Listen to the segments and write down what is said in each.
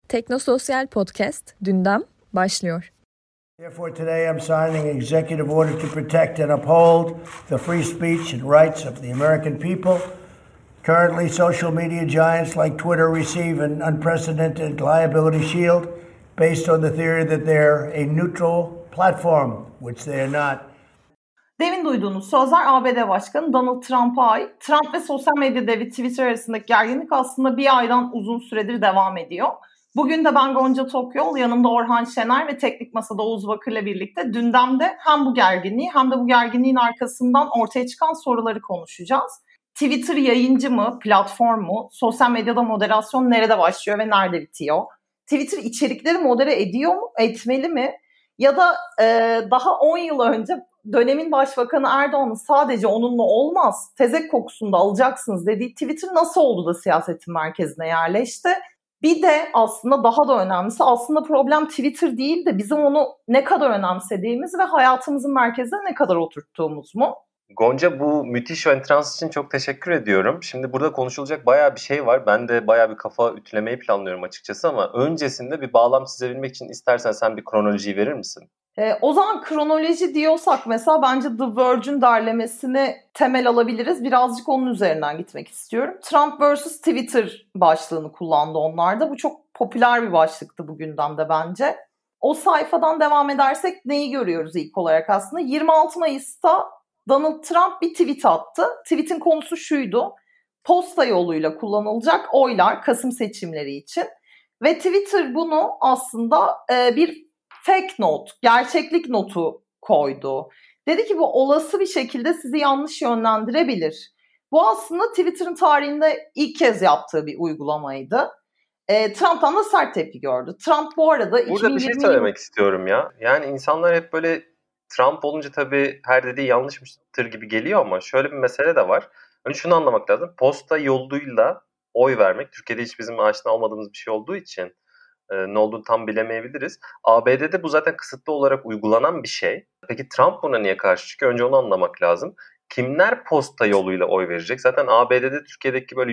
Teknososyal Podcast Dündem başlıyor. Therefore, today I'm signing an executive order to protect and uphold the free speech and rights of the American people. Currently, social media giants like Twitter receive an unprecedented liability shield based on the theory that they're a neutral platform, which they are not. Demin duyduğunuz sözler ABD Başkanı Donald Trump'a ait. Trump ve sosyal medya devi Twitter arasındaki gerginlik aslında bir aydan uzun süredir devam ediyor. Bugün de ben Gonca Tokyol, yanımda Orhan Şener ve Teknik Masa'da Oğuz Bakır'la birlikte Dündem'de hem bu gerginliği hem de bu gerginliğin arkasından ortaya çıkan soruları konuşacağız. Twitter yayıncı mı, platform mu? Sosyal medyada moderasyon nerede başlıyor ve nerede bitiyor? Twitter içerikleri modere ediyor mu, etmeli mi? Ya da daha 10 yıl önce dönemin Başbakanı Erdoğan'ın sadece onunla olmaz, tezek kokusunu da alacaksınız dediği Twitter nasıl oldu da siyasetin merkezine yerleşti? Bir de aslında daha da önemlisi, aslında problem Twitter değil de bizim onu ne kadar önemsediğimiz ve hayatımızın merkezine ne kadar oturttuğumuz mu? Gonca, bu müthiş entrans için çok teşekkür ediyorum. Şimdi burada konuşulacak bayağı bir şey var. Ben de bayağı bir kafa ütülemeyi planlıyorum açıkçası ama öncesinde bir bağlam çizebilmek için istersen sen bir kronolojiyi verir misin? O zaman kronoloji diyorsak mesela bence The Verge'ün derlemesini temel alabiliriz. Birazcık onun üzerinden gitmek istiyorum. Trump vs. Twitter başlığını kullandı onlar da. Bu çok popüler bir başlıktı bu gündemde bence. O sayfadan devam edersek neyi görüyoruz ilk olarak aslında? 26 Mayıs'ta Donald Trump bir tweet attı. Tweet'in konusu şuydu: posta yoluyla kullanılacak oylar Kasım seçimleri için. Ve Twitter bunu aslında bir fake note, gerçeklik notu koydu. Dedi ki bu olası bir şekilde sizi yanlış yönlendirebilir. Bu aslında Twitter'ın tarihinde ilk kez yaptığı bir uygulamaydı. Trump'tan da sert tepki gördü. Trump bu arada... Burada bir şey söylemek istiyorum ya. Yani insanlar hep böyle Trump olunca tabii her dediği yanlışmıştır gibi geliyor ama şöyle bir mesele de var. Önce şunu anlamak lazım. Posta yoluyla oy vermek, Türkiye'de hiç bizim aşina olmadığımız bir şey olduğu için ne olduğunu tam bilemeyebiliriz. ABD'de bu zaten kısıtlı olarak uygulanan bir şey. Peki Trump buna niye karşı çıkıyor? Önce onu anlamak lazım. Kimler posta yoluyla oy verecek? Zaten ABD'de Türkiye'deki böyle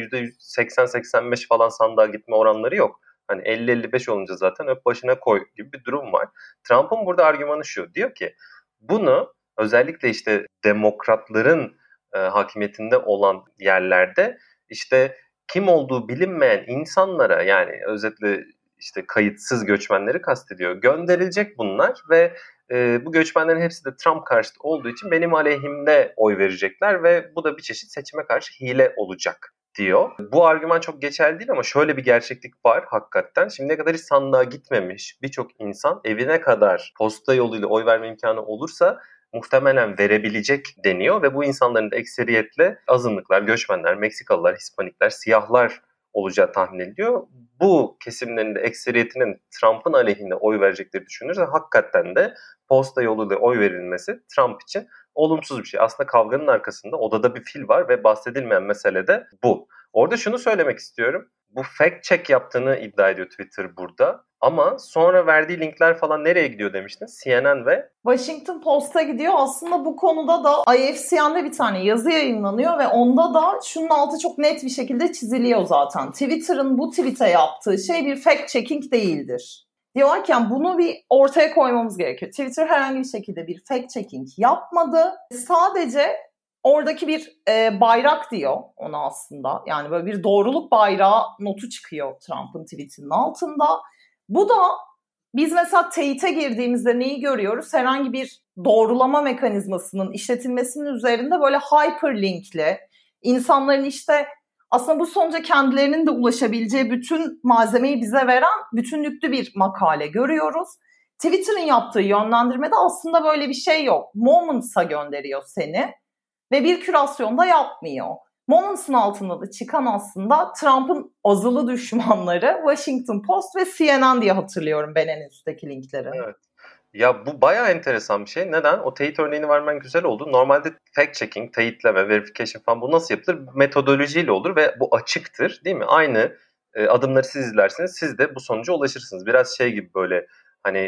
%80-85 falan sandığa gitme oranları yok. Hani 50-55 olunca zaten öp başına koy gibi bir durum var. Trump'ın burada argümanı şu. Diyor ki bunu özellikle işte demokratların hakimiyetinde olan yerlerde işte kim olduğu bilinmeyen insanlara, yani özetle işte kayıtsız göçmenleri kastediyor, gönderilecek bunlar ve bu göçmenlerin hepsi de Trump karşıtı olduğu için benim aleyhimde oy verecekler ve bu da bir çeşit seçime karşı hile olacak diyor. Bu argüman çok geçerli değil ama şöyle bir gerçeklik var hakikaten. Şimdiye kadar hiç sandığa gitmemiş birçok insan evine kadar posta yoluyla oy verme imkanı olursa muhtemelen verebilecek deniyor ve bu insanların da ekseriyetle azınlıklar, göçmenler, Meksikalılar, Hispanikler, siyahlar olacağı tahmin ediliyor. Bu kesimlerin de ekseriyetinin Trump'ın aleyhine oy verecekleri düşünülürse hakikaten de posta yoluyla oy verilmesi Trump için olumsuz bir şey. Aslında kavganın arkasında odada bir fil var ve bahsedilmeyen mesele de bu. Orada şunu söylemek istiyorum. Bu fact check yaptığını iddia ediyor Twitter burada. Ama sonra verdiği linkler falan nereye gidiyor demiştin? CNN ve Washington Post'a gidiyor. Aslında bu konuda da IFCN'de bir tane yazı yayınlanıyor ve onda da şunun altı çok net bir şekilde çiziliyor zaten. Twitter'ın bu tweet'e yaptığı şey bir fact checking değildir. Diyorlar ki yani bunu bir ortaya koymamız gerekiyor. Twitter herhangi bir şekilde bir fact checking yapmadı. Sadece oradaki bir bayrak diyor ona aslında. Yani böyle bir doğruluk bayrağı notu çıkıyor Trump'ın tweetinin altında. Bu da biz mesela teyite girdiğimizde neyi görüyoruz? Herhangi bir doğrulama mekanizmasının işletilmesinin üzerinde böyle hyperlinkli, insanların işte aslında bu sonuca kendilerinin de ulaşabileceği bütün malzemeyi bize veren bütünlüklü bir makale görüyoruz. Twitter'ın yaptığı yönlendirmede aslında böyle bir şey yok. Moments'a gönderiyor seni ve bir kürasyon da yapmıyor. Moments'ın altında da çıkan aslında Trump'ın azılı düşmanları Washington Post ve CNN diye hatırlıyorum ben en üstteki linkleri. Evet. Ya bu bayağı enteresan bir şey. Neden? O teyit örneğini vermen güzel oldu. Normalde fact checking, teyitleme, verification falan bu nasıl yapılır? Metodolojiyle olur ve bu açıktır, değil mi? Aynı adımları siz izlersiniz, siz de bu sonuca ulaşırsınız. Biraz şey gibi böyle hani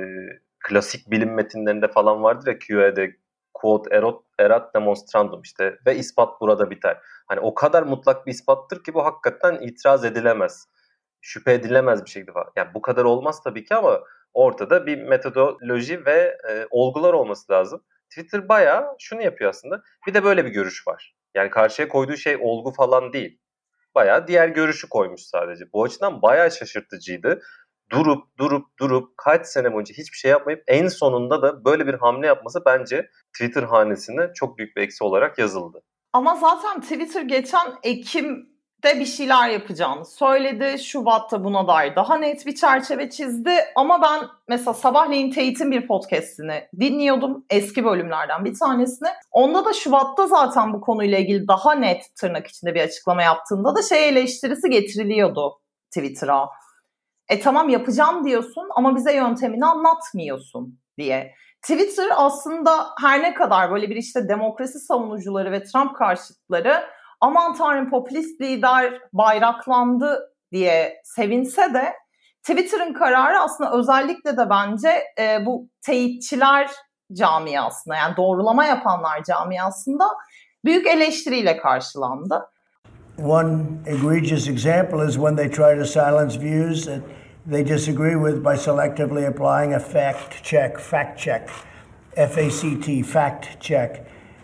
klasik bilim metinlerinde falan vardır ya, QA'de quod erat demonstrandum işte ve ispat burada biter. Hani o kadar mutlak bir ispattır ki bu hakikaten itiraz edilemez şüphe edilemez bir şekilde falan. Yani bu kadar olmaz tabii ki ama ortada bir metodoloji ve olgular olması lazım. Twitter bayağı şunu yapıyor aslında. Bir de böyle bir görüş var. Yani karşıya koyduğu şey olgu falan değil. Bayağı diğer görüşü koymuş sadece. Bu açıdan bayağı şaşırtıcıydı. Durup kaç sene boyunca hiçbir şey yapmayıp en sonunda da böyle bir hamle yapması bence Twitter hanesine çok büyük bir eksi olarak yazıldı. Ama zaten Twitter geçen Ekim'de bir şeyler yapacağını söyledi. Şubat'ta buna dair daha net bir çerçeve çizdi. Ama ben mesela sabahleyin Tate'in bir podcast'ini dinliyordum. Eski bölümlerden bir tanesini. Onda da Şubat'ta zaten bu konuyla ilgili daha net tırnak içinde bir açıklama yaptığında da eleştirisi getiriliyordu Twitter'a. Tamam yapacağım diyorsun ama bize yöntemini anlatmıyorsun diye. Twitter aslında her ne kadar böyle bir işte demokrasi savunucuları ve Trump karşıtları aman tanrım popülist lider bayraklandı diye sevinse de Twitter'ın kararı aslında özellikle de bence bu teyitçiler camiasında yani doğrulama yapanlar camiasında büyük eleştiriyle karşılandı. One egregious example is when they try to silence views that they disagree with by selectively applying a fact check, F-A-C-T, fact check.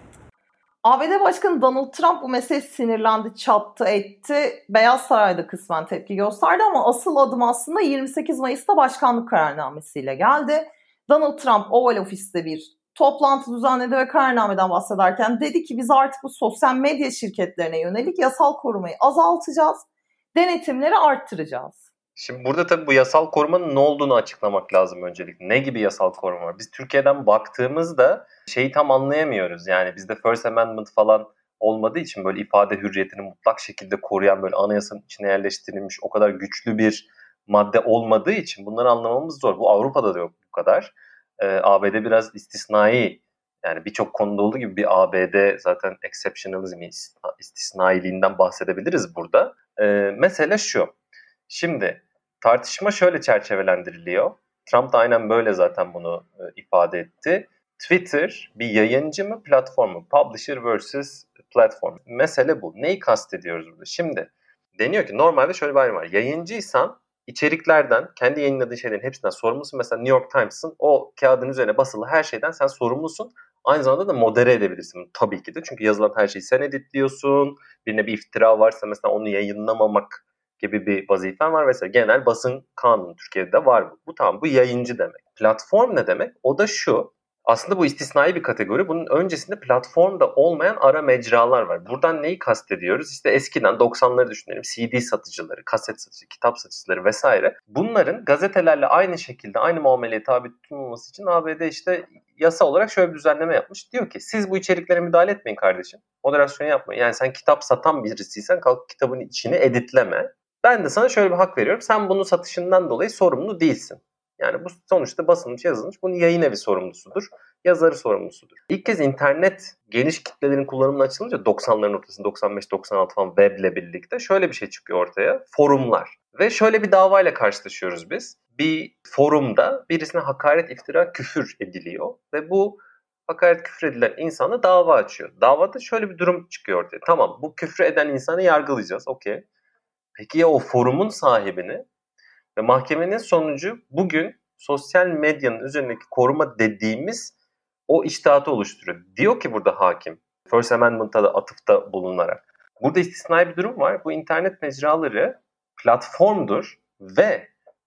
ABD Başkanı Donald Trump bu meseleye sinirlendi, çattı, etti. Beyaz Saray'da kısmen tepki gösterdi ama asıl adım aslında 28 Mayıs'ta başkanlık kararnamesiyle geldi. Donald Trump Oval Office'te bir toplantı düzenledi ve kararnameden bahsederken dedi ki biz artık bu sosyal medya şirketlerine yönelik yasal korumayı azaltacağız, denetimleri arttıracağız. Şimdi burada tabii bu yasal korumanın ne olduğunu açıklamak lazım öncelikle. Ne gibi yasal koruma var? Biz Türkiye'den baktığımızda şeyi tam anlayamıyoruz. Yani bizde First Amendment falan olmadığı için böyle ifade hürriyetini mutlak şekilde koruyan böyle anayasanın içine yerleştirilmiş o kadar güçlü bir madde olmadığı için bunları anlamamız zor. Bu Avrupa'da da yok bu kadar. ABD biraz istisnai. Yani birçok konuda olduğu gibi bir ABD zaten exceptionalism, istisnailiğinden bahsedebiliriz burada. Mesele şu. Şimdi tartışma şöyle çerçevelendiriliyor. Trump da aynen böyle zaten bunu ifade etti. Twitter bir yayıncı mı platform mu? Publisher versus platform. Mesele bu. Neyi kastediyoruz burada? Şimdi deniyor ki normalde şöyle bir ayrım var. Yayıncıysan içeriklerden, kendi yayınladığın şeylerin hepsinden sorumlusun. Mesela New York Times'ın o kağıdın üzerine basılı her şeyden sen sorumlusun. Aynı zamanda da modere edebilirsin tabii ki de. Çünkü yazılan her şeyi sen editliyorsun. Birine bir iftira varsa mesela onu yayınlamamak gibi bir vazifen var. Mesela genel basın kanunu Türkiye'de var bu. Bu tamam, bu yayıncı demek. Platform ne demek? O da şu. Aslında bu istisnai bir kategori. Bunun öncesinde platformda olmayan ara mecralar var. Buradan neyi kastediyoruz? İşte eskiden 90'ları düşünelim. CD satıcıları, kaset satıcıları, kitap satıcıları vesaire. Bunların gazetelerle aynı şekilde aynı muameleye tabi tutulmaması için ABD işte yasa olarak şöyle bir düzenleme yapmış. Diyor ki siz bu içeriklere müdahale etmeyin kardeşim. Moderasyon yapmayın. Yani sen kitap satan birisiysen kalk kitabın içini editleme. Ben de sana şöyle bir hak veriyorum. Sen bunun satışından dolayı sorumlu değilsin. Yani bu sonuçta basılmış, yazılmış. Bunun yayın evi sorumlusudur. Yazarı sorumlusudur. İlk kez internet geniş kitlelerin kullanımına açılınca 90'ların ortasında 95-96 falan weble birlikte şöyle bir şey çıkıyor ortaya. Forumlar. Ve şöyle bir davayla karşılaşıyoruz biz. Bir forumda birisine hakaret, iftira, küfür ediliyor. Ve bu hakaret, küfür edilen insana dava açıyor. Davada şöyle bir durum çıkıyor ortaya. Tamam, bu küfür eden insanı yargılayacağız. Okey. Peki ya o forumun sahibini? Ve mahkemenin sonucu bugün sosyal medyanın üzerindeki koruma dediğimiz o içtihatı oluşturuyor. Diyor ki burada hakim, First Amendment'a da atıfta bulunarak. Burada istisnai bir durum var. Bu internet mecraları platformdur ve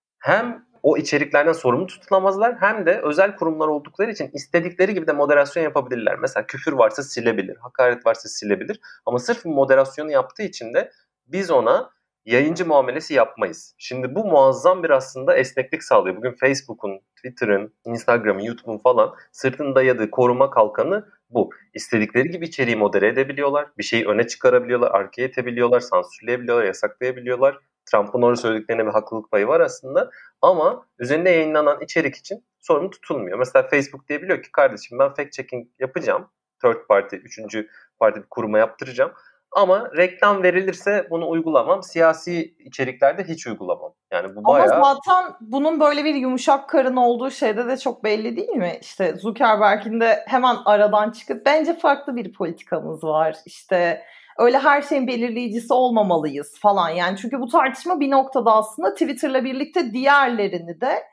hem o içeriklerden sorumlu tutulamazlar hem de özel kurumlar oldukları için istedikleri gibi de moderasyon yapabilirler. Mesela küfür varsa silebilir, hakaret varsa silebilir. Ama sırf moderasyonu yaptığı için de biz ona yayıncı muamelesi yapmayız. Şimdi bu muazzam bir aslında esneklik sağlıyor. Bugün Facebook'un, Twitter'ın, Instagram'ın, YouTube'un falan sırtını dayadığı koruma kalkanı bu. İstedikleri gibi içeriği modere edebiliyorlar. Bir şeyi öne çıkarabiliyorlar, arkaya itebiliyorlar, sansürleyebiliyorlar, yasaklayabiliyorlar. Trump'ın orada söylediklerine bir haklılık payı var aslında. Ama üzerinde yayınlanan içerik için sorumlu tutulmuyor. Mesela Facebook diyebiliyor ki kardeşim ben fact checking yapacağım. Third party, üçüncü parti bir kuruma yaptıracağım. Ama reklam verilirse bunu uygulamam. Siyasi içeriklerde hiç uygulamam. Yani bu bayağı... Ama zaten bunun böyle bir yumuşak karın olduğu şeyde de çok belli değil mi? İşte Zuckerberg'in de hemen aradan çıkıp bence farklı bir politikamız var. İşte öyle her şeyin belirleyicisi olmamalıyız falan. Yani çünkü bu tartışma bir noktada aslında Twitter'la birlikte diğerlerini de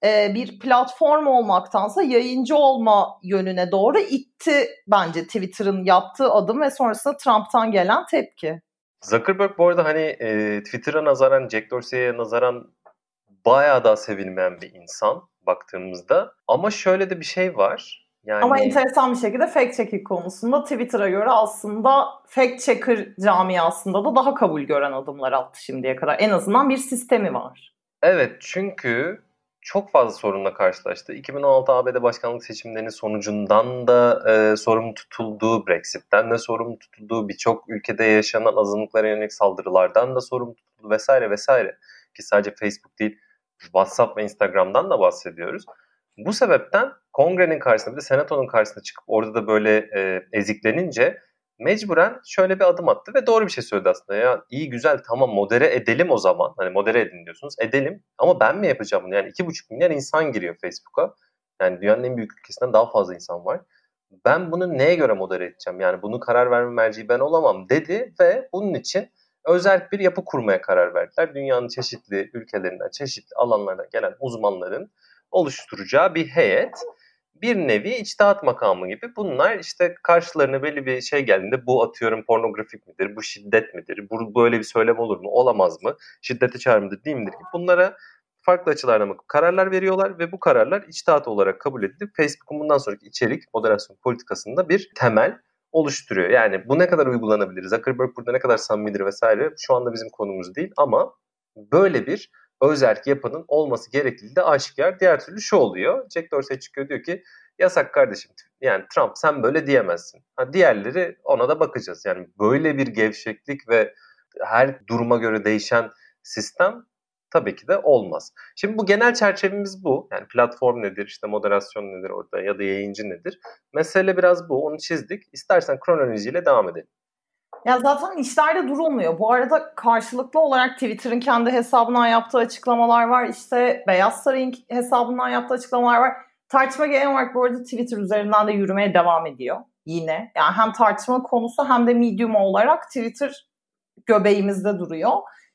bir platform olmaktansa yayıncı olma yönüne doğru itti bence Twitter'ın yaptığı adım ve sonrasında Trump'tan gelen tepki. Zuckerberg bu arada hani Twitter'a nazaran, Jack Dorsey'e nazaran bayağı daha sevilmeyen bir insan baktığımızda. Ama şöyle de bir şey var. Yani... Ama enteresan bir şekilde fact checking konusunda Twitter'a göre aslında fact checker camiasında da daha kabul gören adımlar attı şimdiye kadar. En azından bir sistemi var. Evet, çünkü çok fazla sorunla karşılaştı. 2016 ABD başkanlık seçimlerinin sonucundan da sorumlu tutulduğu, Brexit'ten de sorumlu tutulduğu, birçok ülkede yaşanan azınlıklara yönelik saldırılardan da sorumlu tutuldu vesaire vesaire. Ki sadece Facebook değil, WhatsApp ve Instagram'dan da bahsediyoruz. Bu sebepten kongrenin karşısında, bir de senatonun karşısına çıkıp orada da böyle eziklenince mecburen şöyle bir adım attı ve doğru bir şey söyledi aslında. Ya iyi güzel tamam modere edelim o zaman. Hani modere edin diyorsunuz. Edelim ama ben mi yapacağım bunu? Yani 2,5 milyar insan giriyor Facebook'a. Yani dünyanın en büyük ülkesinden daha fazla insan var. Ben bunu neye göre modere edeceğim? Yani bunu karar verme merci ben olamam dedi ve bunun için özel bir yapı kurmaya karar verdiler. Dünyanın çeşitli ülkelerinden, çeşitli alanlardan gelen uzmanların oluşturacağı bir heyet. Bir nevi içtihat makamı gibi. Bunlar işte karşılarına belli bir şey geldiğinde bu atıyorum pornografik midir, bu şiddet midir, bu böyle bir söylem olur mu, olamaz mı, şiddete çağrı mıdır, değil midir gibi bunlara farklı açılardan bakıp kararlar veriyorlar ve bu kararlar içtihat olarak kabul edilip Facebook'un bundan sonraki içerik moderasyon politikasında bir temel oluşturuyor. Yani bu ne kadar uygulanabilir, Zuckerberg burada ne kadar samimidir vesaire şu anda bizim konumuz değil ama böyle bir özerk yapının olması gerekliliği de aşikar. Diğer türlü şu oluyor. Jack Dorsey çıkıyor diyor ki yasak kardeşim. Yani Trump sen böyle diyemezsin. Diğerleri ona da bakacağız. Yani böyle bir gevşeklik ve her duruma göre değişen sistem tabii ki de olmaz. Şimdi bu genel çerçevemiz bu. Yani platform nedir, işte moderasyon nedir orada ya da yayıncı nedir? Mesele biraz bu. Onu çizdik. İstersen kronolojiyle devam edelim. Ya zaten işlerde durulmuyor. Bu arada karşılıklı olarak Twitter'ın kendi hesabından yaptığı açıklamalar var. İşte Beyaz Saray'ın hesabından yaptığı açıklamalar var. Tartışma genel olarak bu arada Twitter üzerinden de yürümeye devam ediyor yine. Yani hem tartışma konusu hem de medium olarak Twitter göbeğimizde duruyor.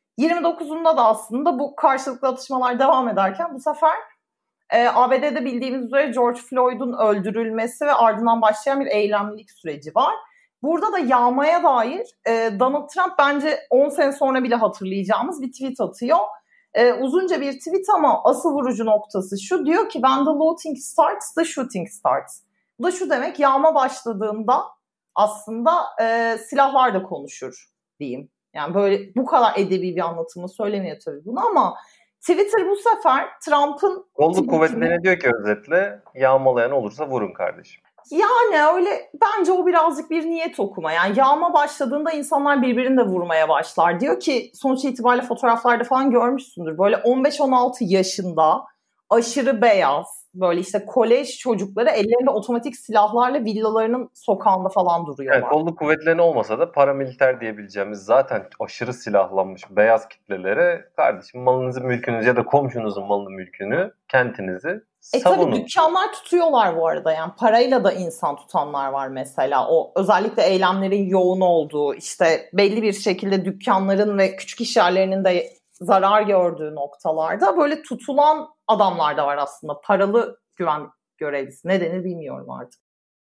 29'unda da aslında bu karşılıklı atışmalar devam ederken bu sefer ABD'de bildiğimiz üzere George Floyd'un öldürülmesi ve ardından başlayan bir eylemlilik süreci var. Burada da yağmaya dair Donald Trump bence 10 sene sonra bile hatırlayacağımız bir tweet atıyor. Uzunca bir tweet ama asıl vurucu noktası şu, diyor ki when the looting starts, the shooting starts. Bu da şu demek, yağma başladığında aslında silahlar da konuşur diyeyim. Yani böyle bu kadar edebi bir anlatımı söylemiyor tabii bunu ama Twitter bu sefer Trump'ın... Kolluk kuvvetlerine diyor ki özetle yağmalayan olursa vurun kardeşim. Yani öyle bence o birazcık bir niyet okuma. Yani yağma başladığında insanlar birbirini de vurmaya başlar. Diyor ki sonuç itibariyle fotoğraflarda falan görmüşsündür. Böyle 15-16 yaşında aşırı beyaz böyle işte kolej çocukları ellerinde otomatik silahlarla villalarının sokağında falan duruyorlar. Yani kolluk kuvvetlerine olmasa da paramiliter diyebileceğimiz zaten aşırı silahlanmış beyaz kitlelere kardeşim malınızı mülkünüzü ya da komşunuzun malını mülkünü kentinizi savunun. Tabii dükkanlar tutuyorlar bu arada yani parayla da insan tutanlar var mesela. O özellikle eylemlerin yoğun olduğu işte belli bir şekilde dükkanların ve küçük iş yerlerinin de zarar gördüğü noktalarda böyle tutulan adamlar da var aslında. Paralı güvenlik görevlisi. Ne denir bilmiyorum artık.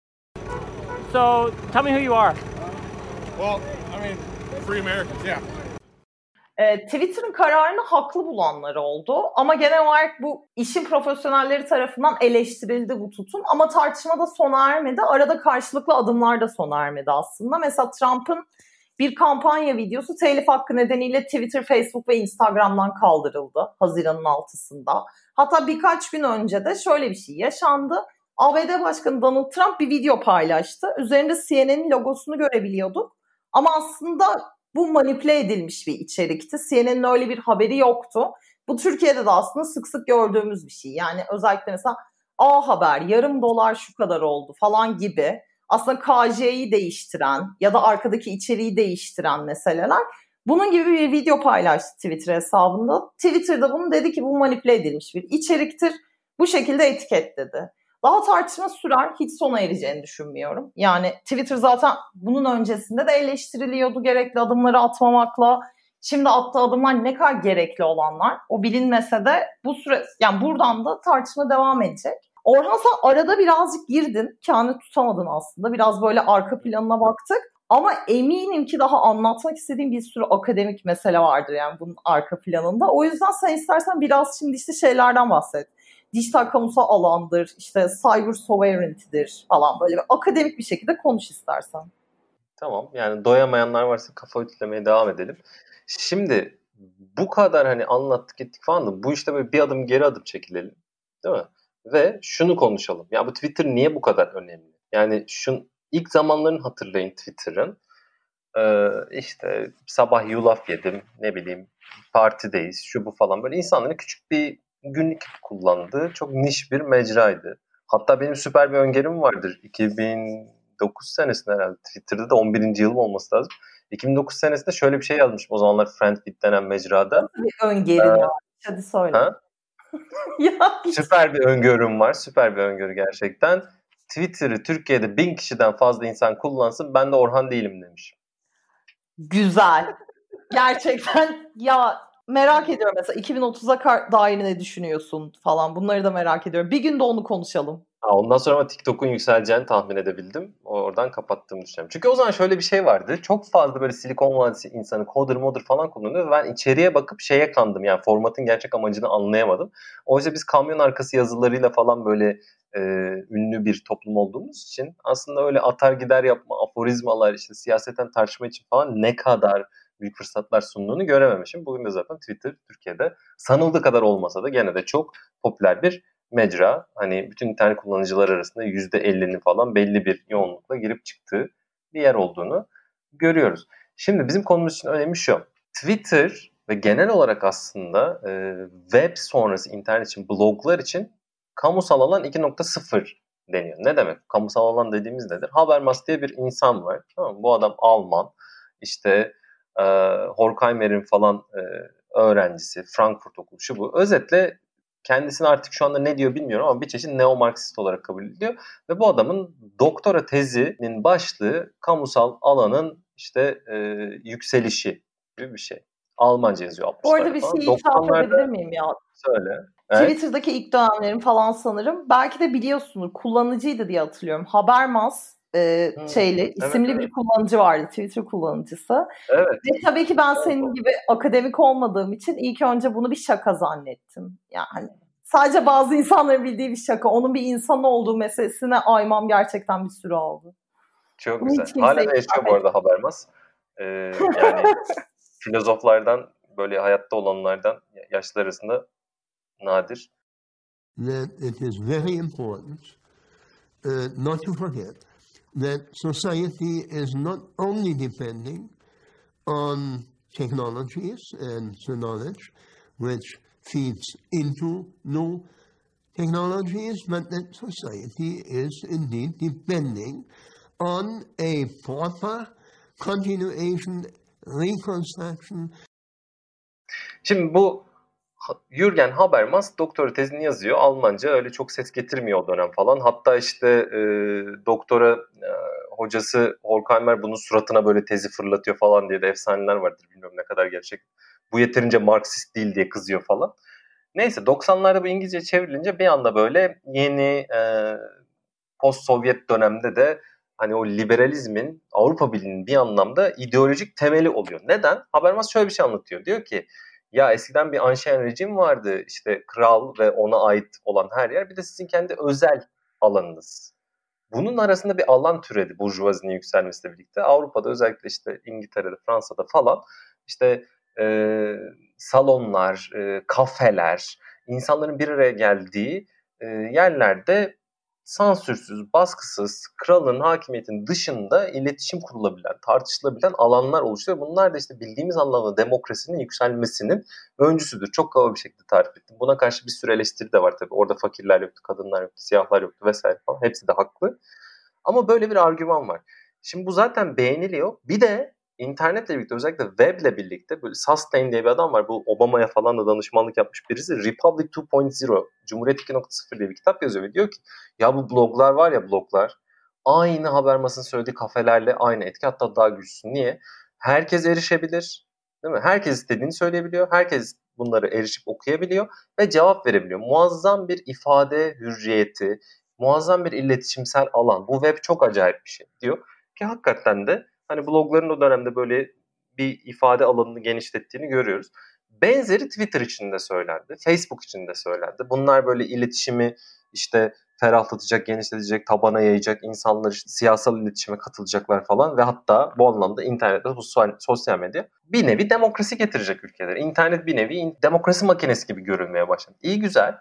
So, tell me who you are. Well, I mean, free Americans, yeah. Twitter'ın kararını haklı bulanları oldu ama genel olarak bu işin profesyonelleri tarafından eleştirildi bu tutum ama tartışma da sona ermedi. Arada karşılıklı adımlar da sona ermedi aslında. Mesela Trump'ın bir kampanya videosu telif hakkı nedeniyle Twitter, Facebook ve Instagram'dan kaldırıldı Haziran'ın 6'sında. Hatta birkaç gün önce de şöyle bir şey yaşandı. ABD Başkanı Donald Trump bir video paylaştı. Üzerinde CNN'in logosunu görebiliyorduk ama aslında bu manipüle edilmiş bir içerikti. CNN'in öyle bir haberi yoktu. Bu Türkiye'de de aslında sık sık gördüğümüz bir şey. Yani özellikle mesela A Haber yarım dolar şu kadar oldu falan gibi aslında KJ'yi değiştiren ya da arkadaki içeriği değiştiren meseleler. Bunun gibi bir video paylaştı Twitter hesabında. Twitter'da bunu dedi ki bu manipüle edilmiş bir içeriktir. Bu şekilde etiketledi. Daha tartışma sürer. Hiç sona ereceğini düşünmüyorum. Yani Twitter zaten bunun öncesinde de eleştiriliyordu gerekli adımları atmamakla. Şimdi attığı adımlar ne kadar gerekli olanlar. O bilinmese de bu süre, yani buradan da tartışma devam edecek. Orhan, sen arada birazcık girdin. Kendini tutamadın aslında. Biraz böyle arka planına baktık. Ama eminim ki daha anlatmak istediğim bir sürü akademik mesele vardır yani bunun arka planında. O yüzden sen istersen biraz şimdi işte şeylerden bahset. Dijital kamusal alandır, işte cyber sovereignty'dir falan, böyle akademik bir şekilde konuş istersen. Tamam, yani doyamayanlar varsa kafa ütülemeye devam edelim. Şimdi bu kadar hani anlattık ettik falan da bu işte böyle bir adım geri adım çekilelim, değil mi? Ve şunu konuşalım. Ya bu Twitter niye bu kadar önemli? Yani ilk zamanlarını hatırlayın Twitter'ın. İşte sabah yulaf yedim, ne bileyim partideyiz, şu bu falan, böyle insanların küçük bir günlük kullandığı çok niş bir mecraydı. Hatta benim süper bir öngörüm vardır. 2009 senesinde herhalde Twitter'da da 11. yılım olması lazım. 2009 senesinde şöyle bir şey yazmışım o zamanlar Friendfeed denen mecrada. Bir öngörün var. Hadi söyle. Ha? Süper bir öngörüm var. Süper bir öngörü gerçekten. Twitter'ı Türkiye'de 1000 kişiden fazla insan kullansın, ben de Orhan değilim demiş. Güzel. Gerçekten ya, merak ediyorum mesela 2030'a dair ne düşünüyorsun falan, bunları da merak ediyorum. Bir gün de onu konuşalım. Ondan sonra ama TikTok'un yükseleceğini tahmin edebildim. Oradan kapattığımı düşünüyorum. Çünkü o zaman şöyle bir şey vardı. Çok fazla böyle Silikon Vadisi insanı coder falan kullanıyor ve ben içeriye bakıp şeye kandım. Yani formatın gerçek amacını anlayamadım. Oysa biz kamyon arkası yazılarıyla falan böyle ünlü bir toplum olduğumuz için aslında öyle atar gider yapma, aforizmalar, işte siyaseten tartışma için falan ne kadar büyük fırsatlar sunduğunu görememişim. Bugün de zaten Twitter Türkiye'de sanıldığı kadar olmasa da gene de çok popüler bir mecra. Hani bütün internet kullanıcılar arasında %50'nin falan belli bir yoğunlukla girip çıktığı bir yer olduğunu görüyoruz. Şimdi bizim konumuz için önemli şu. Twitter ve genel olarak aslında web sonrası internet için, bloglar için kamusal alan 2.0 deniyor. Ne demek? Kamusal alan dediğimiz nedir? Habermas diye bir insan var. Tamam mı? Bu adam Alman. İşte Horkheimer'in falan öğrencisi. Frankfurt Okulu, şu bu. Özetle kendisini artık şu anda ne diyor bilmiyorum ama bir çeşit neo-Marksist olarak kabul ediliyor. Ve bu adamın doktora tezinin başlığı kamusal alanın işte yükselişi gibi bir şey. Almanca yazıyor 60'larda Bu arada bir şey itiraf edebilir miyim ya? Söyle. Evet. Twitter'daki ilk dönemlerim falan sanırım. Belki de biliyorsunuz, kullanıcıydı diye hatırlıyorum. Habermas isimli bir kullanıcı vardı, Twitter kullanıcısı. Evet. Ve tabii ki ben senin gibi akademik olmadığım için ilk önce bunu bir şaka zannettim. Yani sadece bazı insanların bildiği bir şaka. Onun bir insan olduğu meselesine aymam gerçekten bir süre oldu. Çok güzel. Hala da yaşıyor bu arada Habermas. Yani filozoflardan, böyle hayatta olanlardan yaşlılar arasında nadir. That it is very important not to forget that society is not only depending on technologies and the knowledge which feeds into new technologies, but that society is indeed depending on a proper continuation, reconstruction. Şimdi bu Jürgen Habermas doktora tezini yazıyor. Almanca öyle çok ses getirmiyor o dönem falan. Hatta işte doktora hocası Horkheimer bunun suratına böyle tezi fırlatıyor falan diye de efsaneler vardır. Bilmiyorum ne kadar gerçek. Bu yeterince Marksist değil diye kızıyor falan. Neyse 90'larda bu İngilizce çevrilince bir anda böyle yeni post-Sovyet dönemde de hani o liberalizmin, Avrupa Birliği'nin bir anlamda ideolojik temeli oluyor. Neden? Habermas şöyle bir şey anlatıyor. Diyor ki ya eskiden bir Anşen rejim vardı, işte kral ve ona ait olan her yer, bir de sizin kendi özel alanınız. Bunun arasında bir alan türedi burjuvazinin yükselmesiyle birlikte. Avrupa'da özellikle işte İngiltere'de, Fransa'da falan işte salonlar, kafeler, insanların bir araya geldiği yerlerde sansürsüz, baskısız, kralın hakimiyetinin dışında iletişim kurulabilen, tartışılabilen alanlar oluşuyor. Bunlar da işte bildiğimiz anlamda demokrasinin yükselmesinin öncüsüdür. Çok kaba bir şekilde tarif ettim. Buna karşı bir sürü eleştiri de var tabii. Orada fakirler yoktu, kadınlar yoktu, siyahlar yoktu vesaire falan. Hepsi de haklı. Ama böyle bir argüman var. Şimdi bu zaten beğeniliyor. Bir de internetle birlikte, özellikle weble birlikte böyle Sustain diye bir adam var. Bu Obama'ya falan da danışmanlık yapmış birisi. Republic 2.0 Cumhuriyet 2.0 diye bir kitap yazıyor ve diyor ki ya bu bloglar var ya, bloglar aynı Habermas'ın söylediği kafelerle aynı etki, hatta daha güçlü. Niye? Herkes erişebilir, değil mi? Herkes istediğini söyleyebiliyor. Herkes bunları erişip okuyabiliyor ve cevap verebiliyor. Muazzam bir ifade hürriyeti, muazzam bir iletişimsel alan. Bu web çok acayip bir şey diyor ki hakikaten de hani blogların o dönemde böyle bir ifade alanını genişlettiğini görüyoruz. Benzeri Twitter için de söylendi, Facebook için de söylendi. Bunlar böyle iletişimi işte ferahlatacak, genişletecek, tabana yayacak, insanlar işte siyasal iletişime katılacaklar falan ve hatta bu anlamda internet ve sosyal medya bir nevi demokrasi getirecek ülkelere. İnternet bir nevi demokrasi makinesi gibi görülmeye başladı. İyi güzel.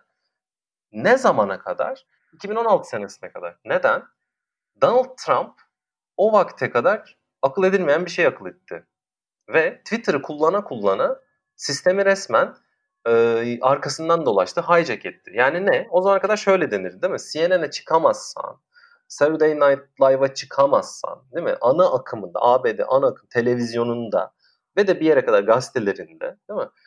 Ne zamana kadar? 2016 senesine kadar. Neden? Donald Trump o vakte kadar akıl edilmeyen bir şey akıl etti. Ve Twitter'ı kullana sistemi resmen arkasından dolaştı, hijack etti. Yani ne? O zamana kadar şöyle denirdi değil mi? CNN'e çıkamazsan, Saturday Night Live'a çıkamazsan, değil mi? Ana akımında, ABD ana akım televizyonunda ve de bir yere kadar gazetelerinde, değil mi?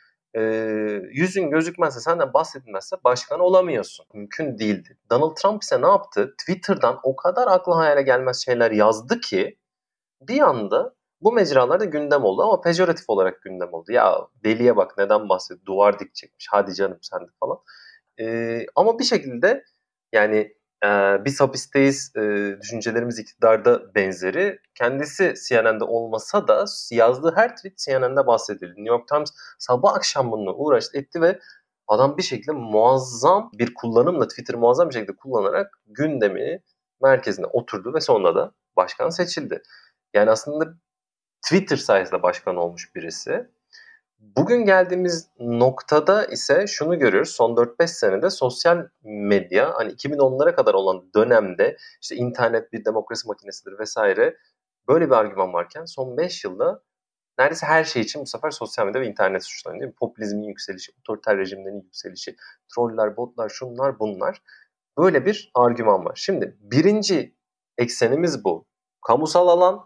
Yüzün gözükmezse, senden bahsedilmezse başkan olamıyorsun. Mümkün değildi. Donald Trump ise ne yaptı? Twitter'dan o kadar akla hayale gelmez şeyler yazdı ki bir anda bu mecralarda gündem oldu ama pejoratif olarak gündem oldu. Ya deliye bak, neden bahsediyor? Duvar dikecekmiş. Hadi canım sen de falan. Ama bir şekilde yani biz hapisteyiz, düşüncelerimiz iktidarda benzeri. Kendisi CNN'de olmasa da yazdığı her tweet CNN'de bahsedildi. New York Times sabah akşam bununla uğraştı etti ve adam bir şekilde muazzam bir kullanımla Twitter'ı muazzam bir şekilde kullanarak gündemi merkezine oturdu ve sonunda da başkan seçildi. Yani aslında Twitter sayesinde başkan olmuş birisi. Bugün geldiğimiz noktada ise şunu görüyoruz. Son 4-5 senede sosyal medya, hani 2010'lara kadar olan dönemde işte internet bir demokrasi makinesidir vesaire, böyle bir argüman varken son 5 yılda neredeyse her şey için bu sefer sosyal medya ve internet suçlanıyor, değil mi? Popülizmin yükselişi, otoriter rejimlerin yükselişi, troller, botlar, şunlar bunlar. Böyle bir argüman var. Şimdi birinci eksenimiz bu. Kamusal alan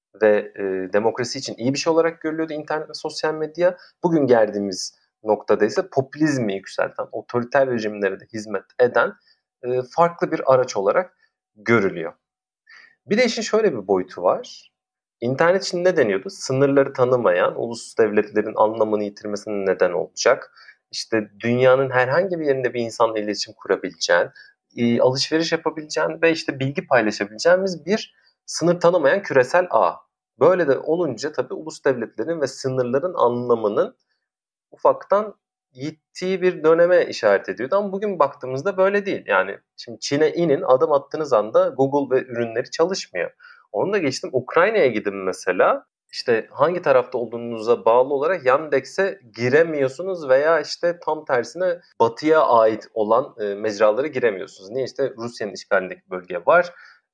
ve demokrasi için iyi bir şey olarak görülüyordu internet ve sosyal medya. Bugün geldiğimiz noktada ise popülizmi yükselten, otoriter rejimlere de hizmet eden farklı bir araç olarak görülüyor. Bir de işin şöyle bir boyutu var. İnternet için ne deniyordu? Sınırları tanımayan, ulus devletlerin anlamını yitirmesine neden olacak. İşte dünyanın herhangi bir yerinde bir insanla iletişim kurabileceğin, alışveriş yapabileceğin ve işte bilgi paylaşabileceğimiz bir sınır tanımayan küresel ağ. Böyle de olunca tabii ulus devletlerin ve sınırların anlamının ufaktan gittiği bir döneme işaret ediyordu. Ama bugün baktığımızda böyle değil. Yani şimdi Çin'e inin, adım attığınız anda Google ve ürünleri çalışmıyor. Onu da geçtim. Ukrayna'ya gidin mesela. İşte hangi tarafta olduğunuza bağlı olarak Yandex'e giremiyorsunuz veya işte tam tersine batıya ait olan mecralara giremiyorsunuz. Niye? İşte Rusya'nın işgalindeki bölge var.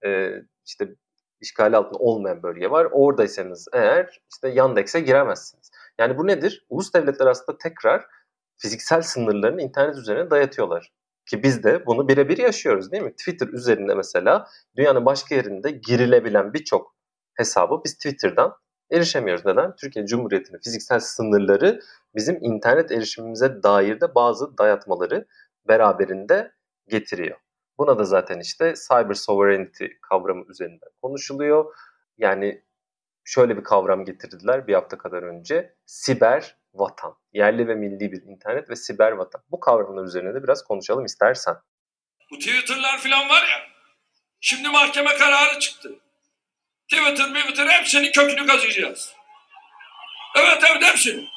İşte işgali altında olmayan bölge var. Oradaysanız eğer işte Yandex'e giremezsiniz. Yani bu nedir? Ulus devletler aslında tekrar fiziksel sınırlarını internet üzerine dayatıyorlar. Ki biz de bunu birebir yaşıyoruz, değil mi? Twitter üzerinde mesela dünyanın başka yerinde girilebilen birçok hesabı biz Twitter'dan erişemiyoruz. Neden? Türkiye Cumhuriyeti'nin fiziksel sınırları bizim internet erişimimize dair de bazı dayatmaları beraberinde getiriyor. Buna da zaten işte cyber sovereignty kavramı üzerinden konuşuluyor. Yani şöyle bir kavram getirdiler bir hafta kadar önce. Siber vatan. Yerli ve milli bir internet ve siber vatan. Bu kavramlar üzerine de biraz konuşalım istersen. Bu Twitter'lar falan var ya. Şimdi mahkeme kararı çıktı. Twitter hepsinin kökünü kazıyacağız. Evet hepsini.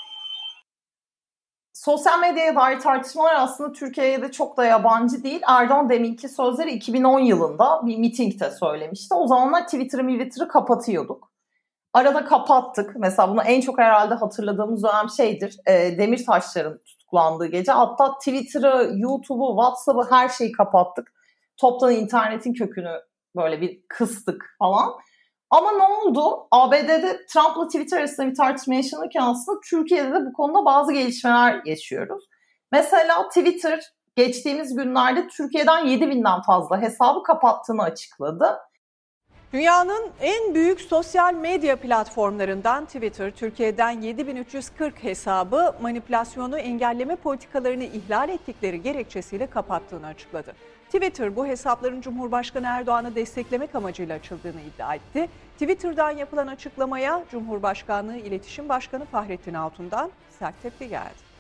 Sosyal medyaya dair tartışmalar aslında Türkiye'ye de çok da yabancı değil. Erdoğan deminki sözleri 2010 yılında bir mitingde söylemişti. O zamanlar Twitter'ı kapatıyorduk. Arada kapattık. Mesela bunu en çok herhalde hatırladığımız dönem şeydir. Demirtaşların tutuklandığı gece. Hatta Twitter'ı, YouTube'u, WhatsApp'ı her şeyi kapattık. Toptan internetin kökünü böyle bir kıstık falan. Ama ne oldu? ABD'de Trump'la Twitter arasında bir tartışma yaşanırken aslında Türkiye'de de bu konuda bazı gelişmeler yaşıyoruz. Mesela Twitter geçtiğimiz günlerde Türkiye'den 7.000'den fazla hesabı kapattığını açıkladı. Dünyanın en büyük sosyal medya platformlarından Twitter, Türkiye'den 7340 hesabı manipülasyonu engelleme politikalarını ihlal ettikleri gerekçesiyle kapattığını açıkladı. Twitter bu hesapların Cumhurbaşkanı Erdoğan'ı desteklemek amacıyla açıldığını iddia etti. Twitter'dan yapılan açıklamaya Cumhurbaşkanlığı İletişim Başkanı Fahrettin Altun'dan sert tepki geldi.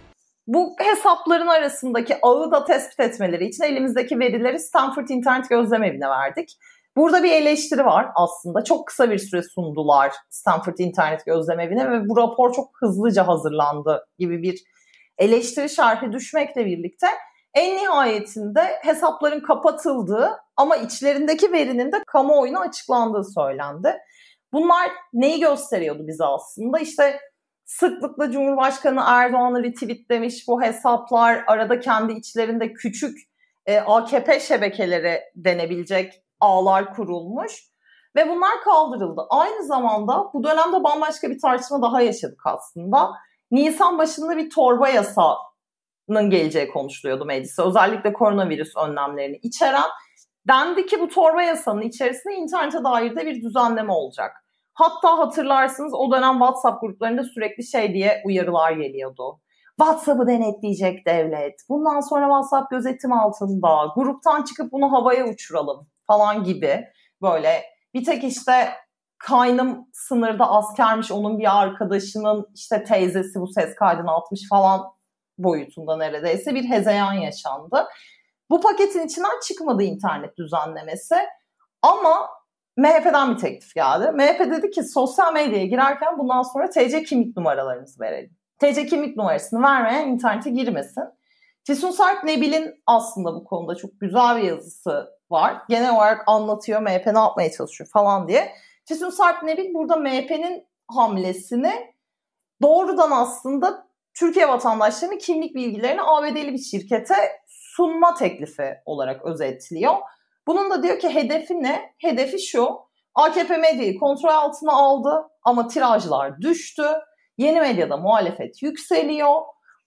Bu hesapların arasındaki ağı da tespit etmeleri için elimizdeki verileri Stanford İnternet Gözlemevi'ne verdik. Burada bir eleştiri var aslında. Çok kısa bir süre sundular Stanford İnternet Gözlemevi'ne ve bu rapor çok hızlıca hazırlandı gibi bir eleştiri şerhi düşmekle birlikte en nihayetinde hesapların kapatıldığı ama içlerindeki verinin de kamuoyuna açıklandığı söylendi. Bunlar neyi gösteriyordu bize aslında? İşte sıklıkla Cumhurbaşkanı Erdoğan'ı retweetlemiş bu hesaplar, arada kendi içlerinde küçük AKP şebekeleri denebilecek ağlar kurulmuş ve bunlar kaldırıldı. Aynı zamanda bu dönemde bambaşka bir tartışma daha yaşadık aslında. Nisan başında bir torba yasağının geleceği konuşuluyordu meclise. Özellikle koronavirüs önlemlerini içeren. Dendi ki bu torba yasanın içerisinde internete dair de bir düzenleme olacak. Hatta hatırlarsınız o dönem WhatsApp gruplarında sürekli şey diye uyarılar geliyordu. WhatsApp'ı denetleyecek devlet. Bundan sonra WhatsApp gözetim altında. Gruptan çıkıp bunu havaya uçuralım falan gibi. Böyle bir tek işte kaynım sınırda askermiş, onun bir arkadaşının işte teyzesi bu ses kaydını atmış falan boyutunda neredeyse bir hezeyan yaşandı. Bu paketin içinden çıkmadı internet düzenlemesi ama MHP'den bir teklif geldi. MHP dedi ki sosyal medyaya girerken bundan sonra TC kimlik numaralarınızı verelim. TC kimlik numarasını vermeyen internete girmesin. Füsun Sarp Nebil'in aslında bu konuda çok güzel bir yazısı var. Genel olarak anlatıyor MHP ne yapmaya çalışıyor falan diye. Füsun Sarp Nebil burada MHP'nin hamlesini doğrudan aslında Türkiye vatandaşlarının kimlik bilgilerini ABD'li bir şirkete sunma teklifi olarak özetliyor. Bunun da diyor ki hedefi ne? Hedefi şu: AKP medyayı kontrol altına aldı ama tirajlar düştü. Yeni medyada muhalefet yükseliyor.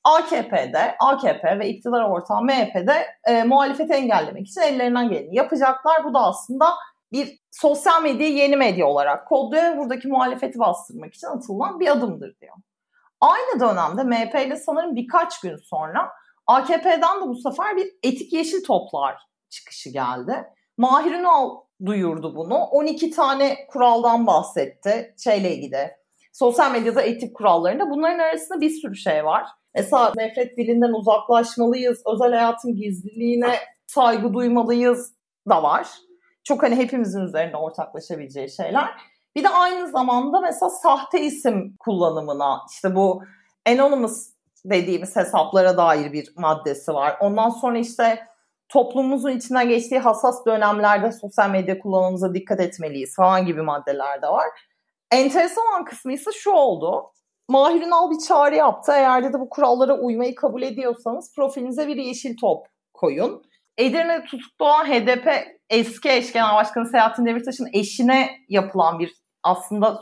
AKP ve iktidar ortağı MHP'de muhalefeti engellemek için ellerinden geleni yapacaklar. Bu da aslında bir sosyal medyayı yeni medya olarak kodluyor ve buradaki muhalefeti bastırmak için atılan bir adımdır diyor. Aynı dönemde MHP ile sanırım birkaç gün sonra AKP'den de bu sefer bir etik yeşil toplar çıkışı geldi. Mahir Ünal duyurdu bunu. 12 tane kuraldan bahsetti şeyle ilgili. Sosyal medyada etik kurallarında bunların arasında bir sürü şey var. Mesela nefret dilinden uzaklaşmalıyız, özel hayatın gizliliğine saygı duymalıyız da var. Çok hani hepimizin üzerinde ortaklaşabileceği şeyler. Bir de aynı zamanda mesela sahte isim kullanımına, işte bu anonymous dediğimiz hesaplara dair bir maddesi var. Ondan sonra işte toplumumuzun içinden geçtiği hassas dönemlerde sosyal medya kullanımımıza dikkat etmeliyiz falan gibi maddeler de var. Enteresan olan kısmı ise şu oldu. Mahir Ünal bir çağrı yaptı. Eğer de bu kurallara uymayı kabul ediyorsanız profilinize bir yeşil top koyun. Edirne'de tutuklu olan HDP eski eş genel başkanı Selahattin Demirtaş'ın eşine yapılan bir aslında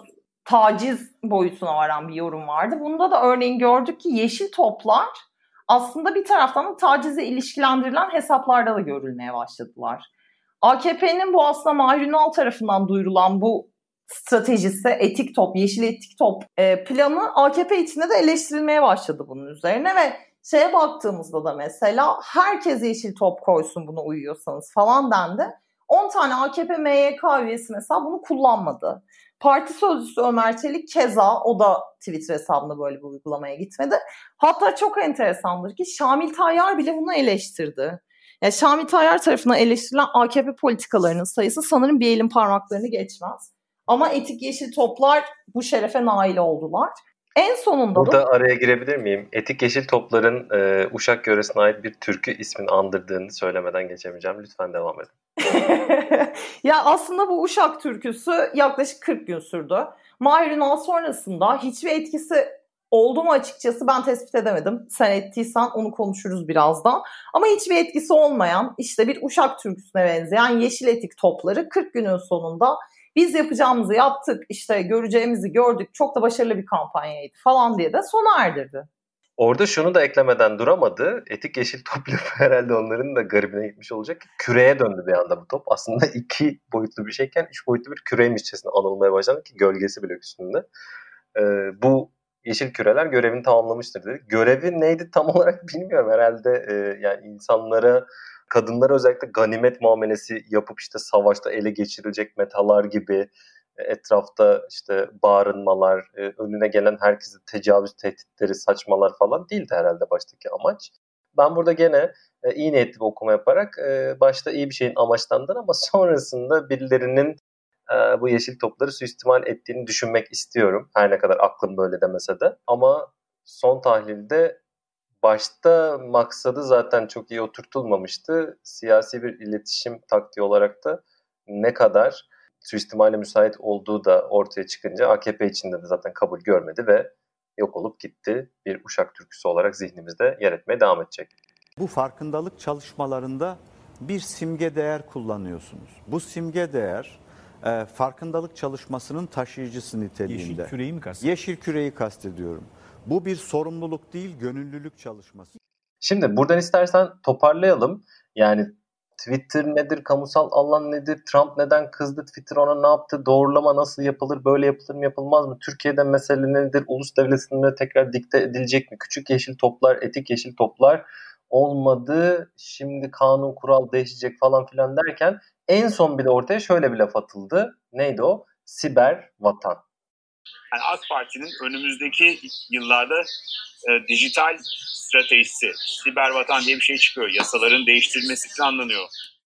taciz boyutuna varan bir yorum vardı. Bunda da örneğin gördük ki yeşil toplar aslında bir taraftan da tacize ilişkilendirilen hesaplarda da görülmeye başladılar. AKP'nin bu aslında Mahir Ünal tarafından duyurulan bu stratejisi, etik top, yeşil etik top planı AKP içinde de eleştirilmeye başladı bunun üzerine ve şeye baktığımızda da mesela herkes yeşil top koysun buna uyuyorsanız falan dendi. 10 tane AKP MYK üyesi mesela bunu kullanmadı. Parti sözcüsü Ömer Çelik keza o da Twitter hesabında böyle bir uygulamaya gitmedi. Hatta çok enteresandır ki Şamil Tayyar bile bunu eleştirdi. Yani Şamil Tayyar tarafından eleştirilen AKP politikalarının sayısı sanırım bir elin parmaklarını geçmez. Ama etik yeşil toplar bu şerefe nail oldular. En sonunda burada araya girebilir miyim? Etik yeşil topların Uşak yöresine ait bir türkü ismini andırdığını söylemeden geçemeyeceğim. Lütfen devam edin. Ya aslında bu Uşak türküsü yaklaşık 40 gün sürdü. Mahir Ünal sonrasında hiçbir etkisi oldu mu açıkçası ben tespit edemedim. Sen ettiysen onu konuşuruz birazdan. Ama hiçbir etkisi olmayan işte bir Uşak türküsüne benzeyen yeşil etik topları 40 günün sonunda biz yapacağımızı yaptık, işte göreceğimizi gördük, çok da başarılı bir kampanyaydı falan diye de sona erdirdi. Orada şunu da eklemeden duramadı. Etik Yeşil Top lafı herhalde onların da garibine gitmiş olacak. Küreye döndü bir anda bu top. Aslında 2 boyutlu bir şeyken 3 boyutlu bir küreymişçesine anılmaya başladı ki gölgesi bile üstünde. Bu yeşil küreler görevini tamamlamıştır dedi. Görevi neydi tam olarak bilmiyorum. Herhalde yani insanlara, kadınlara özellikle ganimet muamelesi yapıp işte savaşta ele geçirilecek metalar gibi etrafta işte bağırınmalar, önüne gelen herkese tecavüz tehditleri, saçmalar falan değildi herhalde baştaki amaç. Ben burada gene iyi niyetli bir okuma yaparak başta iyi bir şeyin amaçlandığını ama sonrasında birilerinin bu yeşil topları suistimal ettiğini düşünmek istiyorum. Her ne kadar aklım böyle demese de. Ama son tahlilde başta maksadı zaten çok iyi oturtulmamıştı. Siyasi bir iletişim taktiği olarak da ne kadar suistimale müsait olduğu da ortaya çıkınca AKP içinde de zaten kabul görmedi ve yok olup gitti. Bir Uşak türküsü olarak zihnimizde yer etmeye devam edecek. Bu farkındalık çalışmalarında bir simge değer kullanıyorsunuz. Bu simge değer farkındalık çalışmasının taşıyıcısı niteliğinde. Yeşil küreyi mi kastediyorsun? Yeşil küreyi kastediyorum. Bu bir sorumluluk değil, gönüllülük çalışması. Şimdi buradan istersen toparlayalım. Yani Twitter nedir, kamusal alan nedir, Trump neden kızdı, Twitter ona ne yaptı, doğrulama nasıl yapılır, böyle yapılır mı yapılmaz mı, Türkiye'de mesele nedir, ulus devlet sınırları tekrar dikte edilecek mi, küçük yeşil toplar, etik yeşil toplar olmadı, şimdi kanun kural değişecek falan filan derken en son bir de ortaya şöyle bir laf atıldı. Neydi o? Siber vatan. Yani AK Parti'nin önümüzdeki yıllarda dijital stratejisi, siber vatan diye bir şey çıkıyor. Yasaların değiştirilmesi planlanıyor.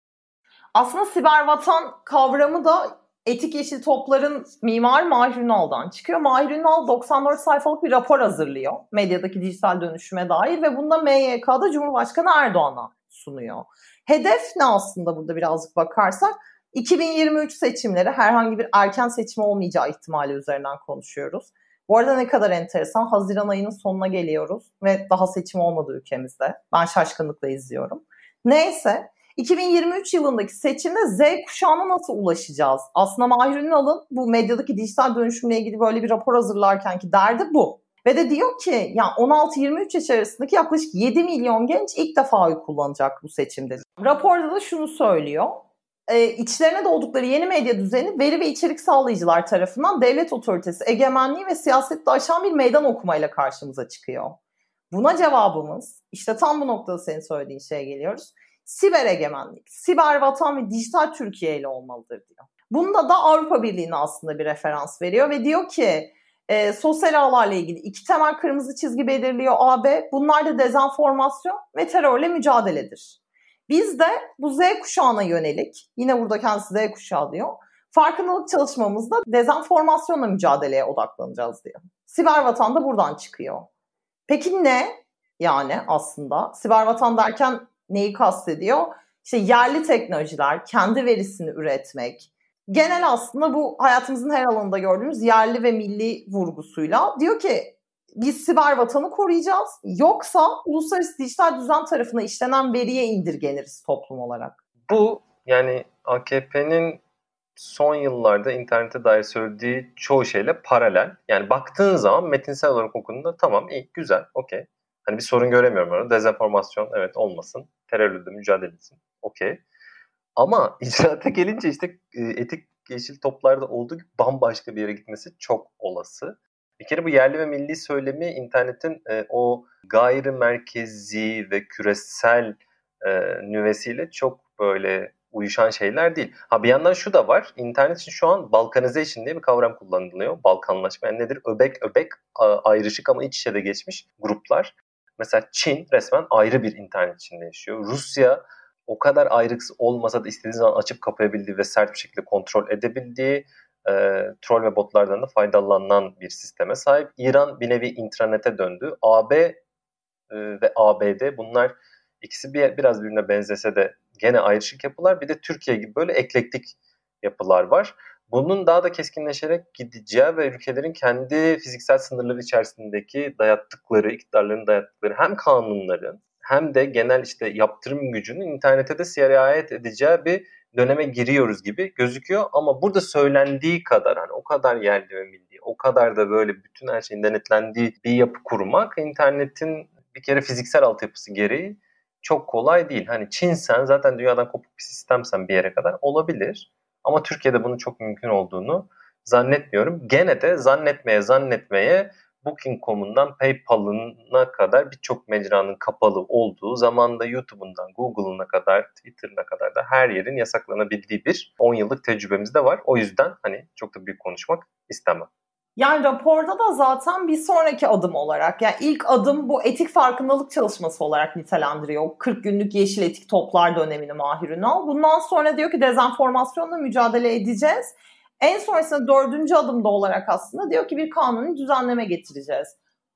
Aslında siber vatan kavramı da etik yeşil topların mimarı Mahir Ünal'dan çıkıyor. Mahir Ünal 94 sayfalık bir rapor hazırlıyor medyadaki dijital dönüşüme dair ve bunda MYK'da Cumhurbaşkanı Erdoğan'a sunuyor. Hedef ne aslında burada birazcık bakarsak? 2023 seçimleri, herhangi bir erken seçim olmayacağı ihtimali üzerinden konuşuyoruz. Bu arada ne kadar enteresan, Haziran ayının sonuna geliyoruz ve daha seçim olmadı ülkemizde. Ben şaşkınlıkla izliyorum. Neyse, 2023 yılındaki seçimde Z kuşağına nasıl ulaşacağız? Aslında Mahir Ünal'ın bu medyadaki dijital dönüşümle ilgili böyle bir rapor hazırlarkenki derdi bu. Ve de diyor ki yani 16-23 yaş arasındaki yaklaşık 7 milyon genç ilk defa oy kullanacak bu seçimde. Raporda da şunu söylüyor. İçlerine doğdukları yeni medya düzeni veri ve içerik sağlayıcılar tarafından devlet otoritesi, egemenliği ve siyaseti aşan bir meydan okumayla karşımıza çıkıyor. Buna cevabımız, işte tam bu noktada senin söylediğin şeye geliyoruz. Siber egemenlik, siber vatan ve dijital Türkiye ile olmalıdır diyor. Bunda da Avrupa Birliği'ne aslında bir referans veriyor ve diyor ki sosyal ağlarla ilgili 2 temel kırmızı çizgi belirliyor AB. Bunlar da dezenformasyon ve terörle mücadeledir. Biz de bu Z kuşağına yönelik, yine burada kendisi Z kuşağı diyor, farkındalık çalışmamızda dezenformasyonla mücadeleye odaklanacağız diyor. Siber vatan da buradan çıkıyor. Peki ne? Yani aslında siber vatan derken neyi kastediyor? İşte yerli teknolojiler, kendi verisini üretmek. Genel aslında bu hayatımızın her alanında gördüğümüz yerli ve milli vurgusuyla diyor ki biz siber vatanı koruyacağız. Yoksa uluslararası dijital düzen tarafına işlenen veriye indirgeniriz toplum olarak. Bu yani AKP'nin son yıllarda internete dair söylediği çoğu şeyle paralel. Yani baktığın zaman metinsel olarak okunduğunda tamam, iyi, güzel, okey. Hani bir sorun göremiyorum orada. Dezenformasyon evet olmasın. Terörle de mücadele etsin. Okey. Ama icraata gelince işte etik yeşil toplarda olduğu gibi bambaşka bir yere gitmesi çok olası. Bir kere bu yerli ve milli söylemi internetin o gayri merkezi ve küresel nüvesiyle çok böyle uyuşan şeyler değil. Ha bir yandan şu da var. İnternet için şu an balkanization diye bir kavram kullanılıyor. Balkanlaşma yani nedir? Öbek ayrışık ama iç içe de geçmiş gruplar. Mesela Çin resmen ayrı bir internet içinde yaşıyor. Rusya o kadar ayrıksız olmasa da istediği zaman açıp kapayabildiği ve sert bir şekilde kontrol edebildiği troll ve botlardan da faydalanan bir sisteme sahip. İran bir nevi intranete döndü. AB ve ABD bunlar ikisi biraz birbirine benzese de gene ayrışık yapılar. Bir de Türkiye gibi böyle eklektik yapılar var. Bunun daha da keskinleşerek gideceği ve ülkelerin kendi fiziksel sınırları içerisindeki dayattıkları, iktidarların dayattıkları hem kanunların hem de genel işte yaptırım gücünün internete de sirayet edeceği bir döneme giriyoruz gibi gözüküyor ama burada söylendiği kadar hani o kadar yerli ve milli, o kadar da böyle bütün her şeyin denetlendiği bir yapı kurmak internetin bir kere fiziksel altyapısı gereği çok kolay değil. Hani Çinsen zaten dünyadan kopuk bir sistemsen bir yere kadar olabilir ama Türkiye'de bunun çok mümkün olduğunu zannetmiyorum. Gene de zannetmeye Booking.com'undan PayPal'ına kadar birçok mecranın kapalı olduğu, zamanında YouTube'undan Google'ına kadar, Twitter'ına kadar da her yerin yasaklanabildiği bir 10 yıllık tecrübemiz de var. O yüzden hani çok da büyük konuşmak istemem. Yani raporda da zaten bir sonraki adım olarak, yani ilk adım bu etik farkındalık çalışması olarak nitelendiriyor. 40 günlük yeşil etik toplar dönemini Mahir Ünal. Bundan sonra diyor ki dezenformasyonla mücadele edeceğiz. En sonrasında 4. adımda olarak aslında diyor ki bir kanuni düzenleme getireceğiz.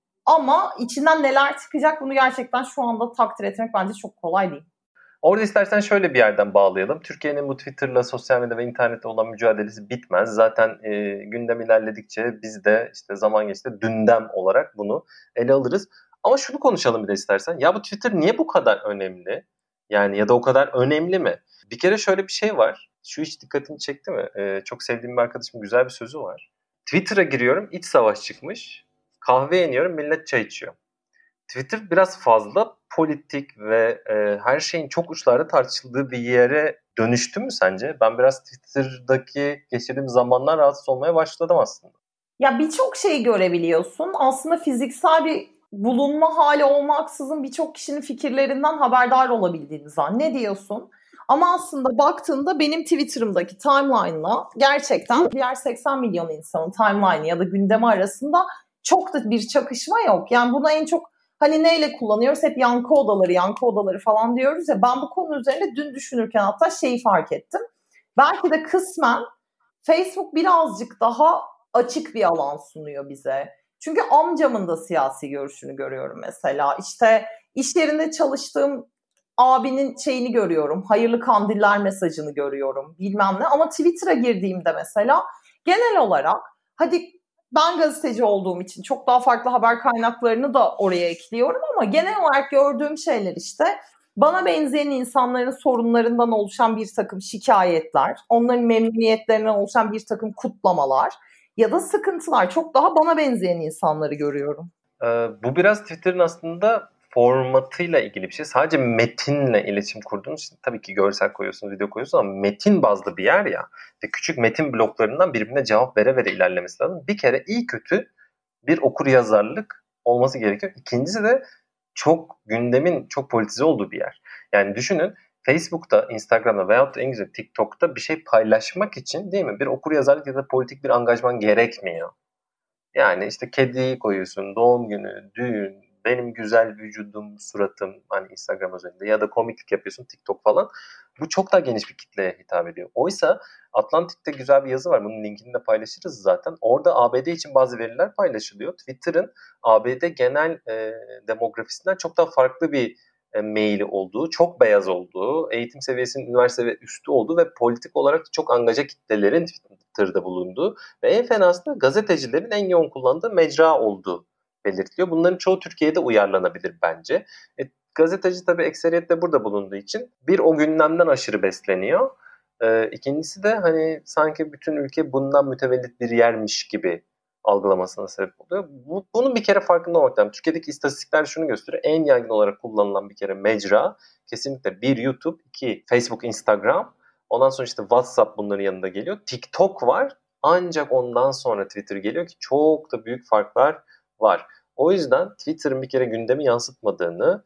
Ama içinden neler çıkacak bunu gerçekten şu anda takdir etmek bence çok kolay değil. Orada istersen şöyle bir yerden bağlayalım. Türkiye'nin bu Twitter'la, sosyal medya ve internette olan mücadelesi bitmez. Zaten gündem ilerledikçe biz de işte zaman geçti dündem olarak bunu ele alırız. Ama şunu konuşalım bir de istersen. Ya bu Twitter niye bu kadar önemli? Yani ya da o kadar önemli mi? Bir kere şöyle bir şey var. Şu hiç dikkatini çekti mi? Çok sevdiğim bir arkadaşımın güzel bir sözü var. Twitter'a giriyorum, iç savaş çıkmış. Kahve yeniyorum, millet çay içiyor. Twitter biraz fazla politik ve her şeyin çok uçlarda tartışıldığı bir yere dönüştü mü sence? Ben biraz Twitter'daki geçirdiğim zamanlar rahatsız olmaya başladım aslında. Ya birçok şeyi görebiliyorsun. Aslında fiziksel bir bulunma hali olmaksızın birçok kişinin fikirlerinden haberdar olabildiğini zannediyorsun. Ama aslında baktığında benim Twitter'ımdaki timeline'la gerçekten diğer 80 milyon insanın timeline'ı ya da gündemi arasında çok da bir çakışma yok. Yani bunu en çok hani neyle kullanıyoruz? Hep yankı odaları falan diyoruz ya. Ben bu konu üzerine dün düşünürken hatta şeyi fark ettim. Belki de kısmen Facebook birazcık daha açık bir alan sunuyor bize. Çünkü amcamın da siyasi görüşünü görüyorum mesela. İşte iş yerinde çalıştığım abinin şeyini görüyorum. Hayırlı kandiller mesajını görüyorum. Bilmem ne. Ama Twitter'a girdiğimde mesela genel olarak hadi ben gazeteci olduğum için çok daha farklı haber kaynaklarını da oraya ekliyorum ama genel olarak gördüğüm şeyler işte bana benzeyen insanların sorunlarından oluşan bir takım şikayetler, onların memnuniyetlerinden oluşan bir takım kutlamalar ya da sıkıntılar. Çok daha bana benzeyen insanları görüyorum. Bu biraz Twitter'ın aslında formatıyla ilgili bir şey. Sadece metinle iletişim kurduğunuz için tabii ki görsel koyuyorsunuz, video koyuyorsunuz ama metin bazlı bir yer ya. Ve küçük metin bloklarından birbirine cevap vere ilerlemesi lazım. Bir kere iyi kötü bir okuryazarlık olması gerekiyor. İkincisi de çok gündemin çok politize olduğu bir yer. Yani düşünün Facebook'ta, Instagram'da veyahut da en güzel TikTok'ta bir şey paylaşmak için değil mi? Bir okuryazarlık ya da politik bir angajman gerekmiyor. Yani işte kediyi koyuyorsun, doğum günü, düğün, benim güzel vücudum, suratım hani Instagram özelinde ya da komiklik yapıyorsun TikTok falan. Bu çok daha geniş bir kitleye hitap ediyor. Oysa Atlantik'te güzel bir yazı var. Bunun linkini de paylaşırız zaten. Orada ABD için bazı veriler paylaşılıyor. Twitter'ın ABD genel demografisinden çok daha farklı bir maili olduğu, çok beyaz olduğu, eğitim seviyesinin üniversite ve üstü olduğu ve politik olarak çok angaja kitlelerin Twitter'da bulunduğu ve en fenasında gazetecilerin en yoğun kullandığı mecra olduğu belirtiliyor. Bunların çoğu Türkiye'de uyarlanabilir bence. Gazeteci tabii ekseriyetle burada bulunduğu için bir o gündemden aşırı besleniyor. İkincisi de hani sanki bütün ülke bundan mütevellit bir yermiş gibi algılamasına sebep oluyor. Bunun bir kere farkında olmak lazım. Türkiye'deki istatistikler şunu gösteriyor. En yaygın olarak kullanılan bir kere mecra kesinlikle bir YouTube, 2 Facebook, Instagram. Ondan sonra işte WhatsApp bunların yanında geliyor. TikTok var. Ancak ondan sonra Twitter geliyor ki çok da büyük farklar var. O yüzden Twitter'ın bir kere gündemi yansıtmadığını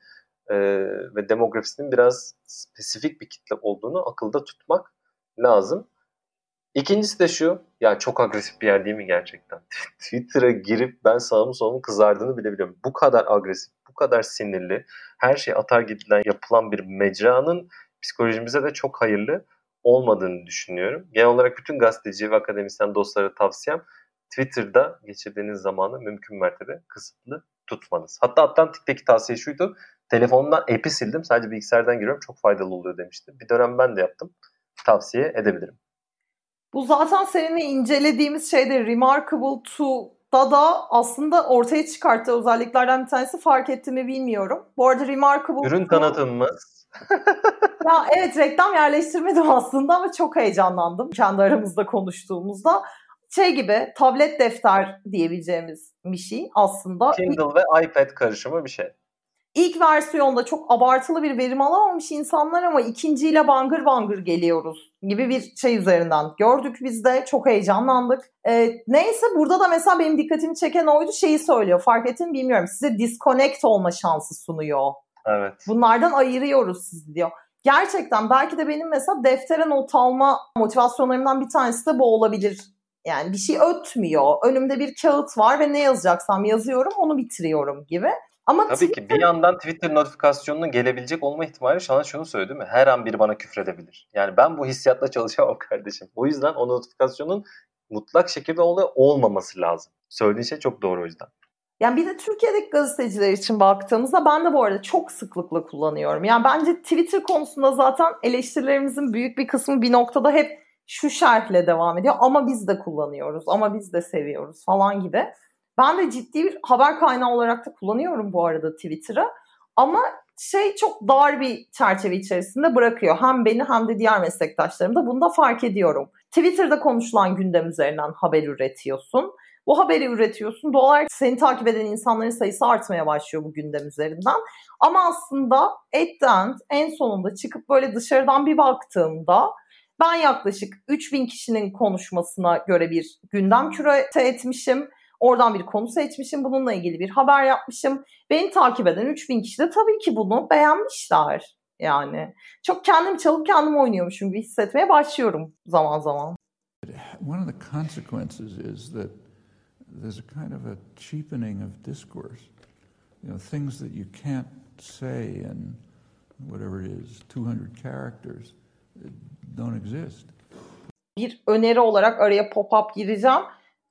ve demografisinin biraz spesifik bir kitle olduğunu akılda tutmak lazım. İkincisi de şu, ya çok agresif bir yer değil mi gerçekten? Twitter'a girip ben sağımı solumu kızardığını bile biliyorum. Bu kadar agresif, bu kadar sinirli, her şey atar gidilen yapılan bir mecranın psikolojimize de çok hayırlı olmadığını düşünüyorum. Genel olarak bütün gazeteci ve akademisyen dostlara tavsiyem Twitter'da geçirdiğiniz zamanı mümkün mertebe kısıtlı tutmanız. Hatta Atlantik'teki tavsiye şuydu, telefonumdan app'i sildim, sadece bilgisayardan giriyorum, çok faydalı oluyor demişti. Bir dönem ben de yaptım, tavsiye edebilirim. Bu zaten seninle incelediğimiz şeyde Remarkable 2'da da aslında ortaya çıkarttığı özelliklerden bir tanesi, fark ettiğimi bilmiyorum. Bu arada Remarkable ürün tanıtımımız Ya evet, reklam yerleştirmedim aslında ama çok heyecanlandım kendi aramızda konuştuğumuzda. Şey gibi, tablet defter diyebileceğimiz bir şey aslında. Kindle ve iPad karışımı bir şey. İlk versiyonda çok abartılı bir verim alamamış insanlar ama ikinciyle bangır bangır geliyoruz gibi bir şey üzerinden gördük biz de. Çok heyecanlandık. Neyse, burada da mesela benim dikkatimi çeken oydu, şeyi söylüyor. Fark ettin mi bilmiyorum. Size disconnect olma şansı sunuyor. Evet. Bunlardan ayırıyoruz sizi diyor. Gerçekten belki de benim mesela deftere not alma motivasyonlarımdan bir tanesi de bu olabilir. Yani bir şey ötmüyor. Önümde bir kağıt var ve ne yazacaksam yazıyorum, onu bitiriyorum gibi. Ama tabii ki bir yandan Twitter notifikasyonunun gelebilecek olma ihtimali sana şunu söylüyor değil mi? Her an biri bana küfredebilir. Yani ben bu hissiyatla çalışamam kardeşim. O yüzden o notifikasyonun mutlak şekilde olmaması lazım. Söylediğin şey çok doğru o yüzden. Yani bir de Türkiye'deki gazeteciler için baktığımızda ben de bu arada çok sıklıkla kullanıyorum. Yani bence Twitter konusunda zaten eleştirilerimizin büyük bir kısmı bir noktada hep şu şerhle devam ediyor. Ama biz de kullanıyoruz, ama biz de seviyoruz falan gibi. Ben de ciddi bir haber kaynağı olarak da kullanıyorum bu arada Twitter'ı. Ama çok dar bir çerçeve içerisinde bırakıyor. Hem beni hem de diğer meslektaşlarım da bunu da fark ediyorum. Twitter'da konuşulan gündem üzerinden haber üretiyorsun. Bu haberi üretiyorsun. Doğal olarak seni takip eden insanların sayısı artmaya başlıyor bu gündem üzerinden. Ama aslında at the end, en sonunda çıkıp böyle dışarıdan bir baktığımda ben yaklaşık 3000 kişinin konuşmasına göre bir gündem kürete etmişim. Oradan bir konu seçmişim. Bununla ilgili bir haber yapmışım. Beni takip eden 3000 kişi de tabii ki bunu beğenmişler. Yani çok kendim çalıp kendim oynuyormuşum gibi hissetmeye başlıyorum zaman zaman. One of the consequences is that there's a kind of a cheapening of discourse. You know, things that you can't say in whatever it is, 200 characters don't exist. Bir öneri olarak araya pop-up gireceğim.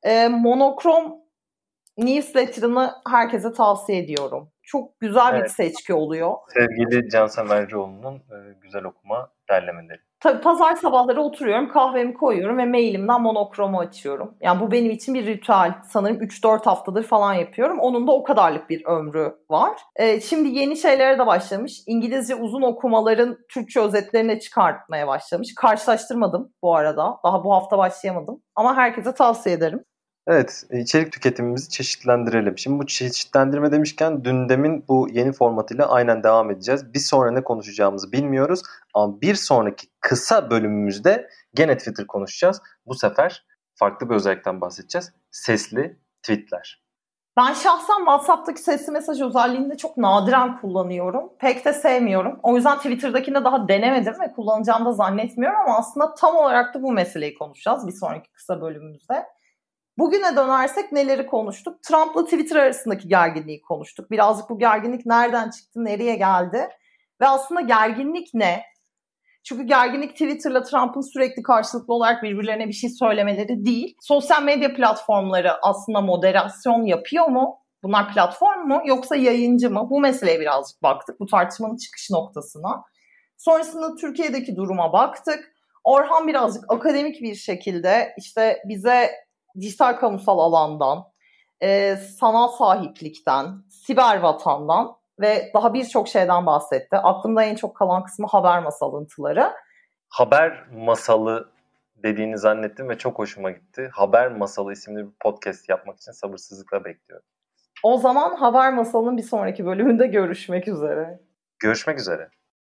Monokrom newsletter'ını herkese tavsiye ediyorum. Çok güzel bir seçki oluyor. Sevgili Cansev Ercioğlu'nun güzel okuma derlemeleri. Tabii pazar sabahları oturuyorum, kahvemi koyuyorum ve mailimden Monokromu açıyorum. Yani bu benim için bir ritüel. Sanırım 3-4 haftadır falan yapıyorum. Onun da o kadarlık bir ömrü var. Şimdi yeni şeylere de başlamış. İngilizce uzun okumaların Türkçe özetlerini çıkartmaya başlamış. Karşılaştırmadım bu arada. Daha bu hafta başlayamadım. Ama herkese tavsiye ederim. Evet, içerik tüketimimizi çeşitlendirelim. Şimdi bu çeşitlendirme demişken Dündem'in bu yeni formatıyla aynen devam edeceğiz. Bir sonra ne konuşacağımızı bilmiyoruz ama bir sonraki kısa bölümümüzde gene Twitter konuşacağız. Bu sefer farklı bir özellikten bahsedeceğiz. Sesli tweetler. Ben şahsen WhatsApp'taki sesli mesaj özelliğini de çok nadiren kullanıyorum. Pek de sevmiyorum. O yüzden Twitter'dakini daha denemedim ve kullanacağımı da zannetmiyorum ama aslında tam olarak da bu meseleyi konuşacağız bir sonraki kısa bölümümüzde. Bugüne dönersek neleri konuştuk? Trump'la Twitter arasındaki gerginliği konuştuk. Birazcık bu gerginlik nereden çıktı, nereye geldi? Ve aslında gerginlik ne? Çünkü gerginlik Twitter'la Trump'ın sürekli karşılıklı olarak birbirlerine bir şey söylemeleri değil. Sosyal medya platformları aslında moderasyon yapıyor mu? Bunlar platform mu yoksa yayıncı mı? Bu meseleye birazcık baktık. Bu tartışmanın çıkış noktasına. Sonrasında Türkiye'deki duruma baktık. Orhan birazcık akademik bir şekilde işte bize dijital kamusal alandan, sanal sahiplikten, siber vatandan ve daha birçok şeyden bahsetti. Aklımda en çok kalan kısmı haber masal alıntıları. Haber masalı dediğini zannettim ve çok hoşuma gitti. Haber Masalı isimli bir podcast yapmak için sabırsızlıkla bekliyorum. O zaman Haber Masalı'nın bir sonraki bölümünde görüşmek üzere. Görüşmek üzere.